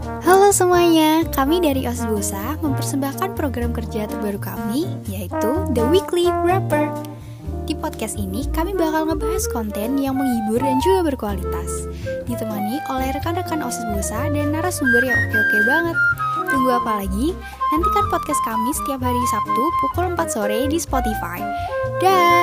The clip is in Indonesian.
Halo semuanya, kami dari OSIS Busa mempersembahkan program kerja terbaru kami, yaitu The Weekly Rapper. Di podcast ini, kami bakal ngebahas konten yang menghibur dan juga berkualitas, ditemani oleh rekan-rekan OSIS Busa dan narasumber yang oke-oke banget. Tunggu apa lagi? Nantikan podcast kami setiap hari Sabtu pukul 4 sore di Spotify. Dah!